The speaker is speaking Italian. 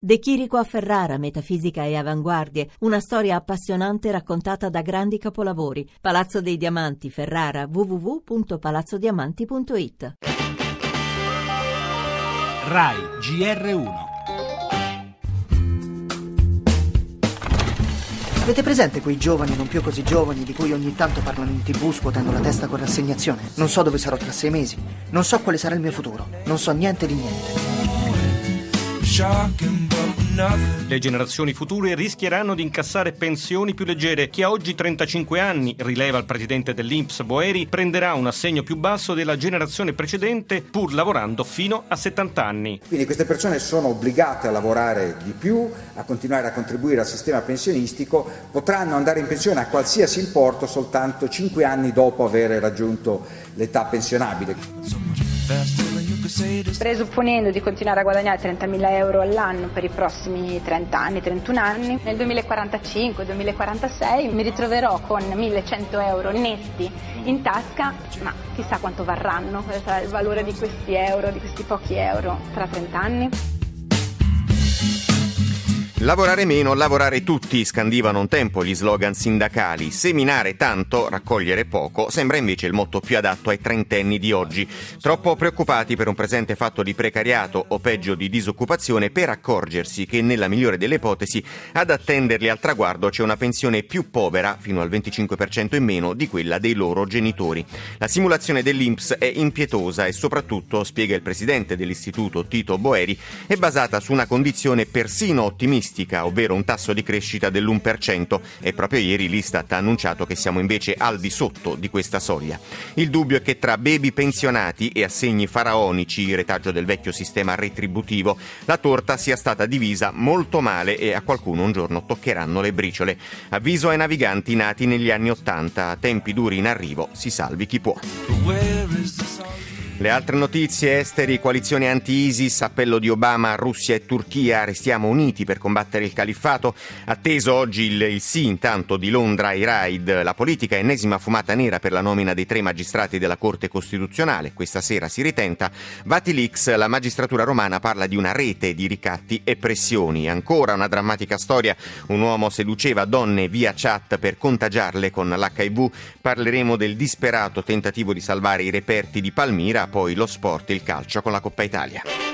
De Chirico a Ferrara, metafisica e avanguardie, una storia appassionante raccontata da grandi capolavori. Palazzo dei Diamanti, Ferrara, www.palazzodiamanti.it. Rai GR1. Avete presente quei giovani non più così giovani di cui ogni tanto parlano in TV scuotendo la testa con rassegnazione? Non so dove sarò tra 6 mesi, non so quale sarà il mio futuro, non so niente di niente. Le generazioni future rischieranno di incassare pensioni più leggere. Chi ha oggi 35 anni, rileva il presidente dell'INPS Boeri, prenderà un assegno più basso della generazione precedente pur lavorando fino a 70 anni. Quindi queste persone sono obbligate a lavorare di più, a continuare a contribuire al sistema pensionistico, potranno andare in pensione a qualsiasi importo soltanto 5 anni dopo aver raggiunto l'età pensionabile. Presupponendo di continuare a guadagnare 30.000 euro all'anno per i prossimi 30 anni, 31 anni, nel 2045-2046 mi ritroverò con 1.100 euro netti in tasca, ma chissà quanto varranno, qual sarà il valore di questi euro, di questi pochi euro tra 30 anni. Lavorare meno, lavorare tutti, scandivano un tempo gli slogan sindacali. Seminare tanto, raccogliere poco, sembra invece il motto più adatto ai trentenni di oggi. Troppo preoccupati per un presente fatto di precariato o peggio di disoccupazione per accorgersi che nella migliore delle ipotesi ad attenderli al traguardo c'è una pensione più povera, fino al 25% in meno, di quella dei loro genitori. La simulazione dell'INPS è impietosa e soprattutto, spiega il presidente dell'istituto Tito Boeri, è basata su una condizione persino ottimistica, ovvero un tasso di crescita dell'1%, e proprio ieri l'Istat ha annunciato che siamo invece al di sotto di questa soglia. Il dubbio è che tra baby pensionati e assegni faraonici, retaggio del vecchio sistema retributivo, la torta sia stata divisa molto male e a qualcuno un giorno toccheranno le briciole. Avviso ai naviganti nati negli anni '80, tempi duri in arrivo, si salvi chi può. Le altre notizie: esteri, coalizione anti-ISIS, appello di Obama a Russia e Turchia, restiamo uniti per combattere il califfato. Atteso oggi il sì intanto di Londra ai raid. La politica, ennesima fumata nera per la nomina dei 3 magistrati della Corte Costituzionale. Questa sera si ritenta. Vatilix, la magistratura romana parla di una rete di ricatti e pressioni. Ancora una drammatica storia: un uomo seduceva donne via chat per contagiarle con l'HIV. Parleremo del disperato tentativo di salvare i reperti di Palmira. Poi lo sport e il calcio con la Coppa Italia.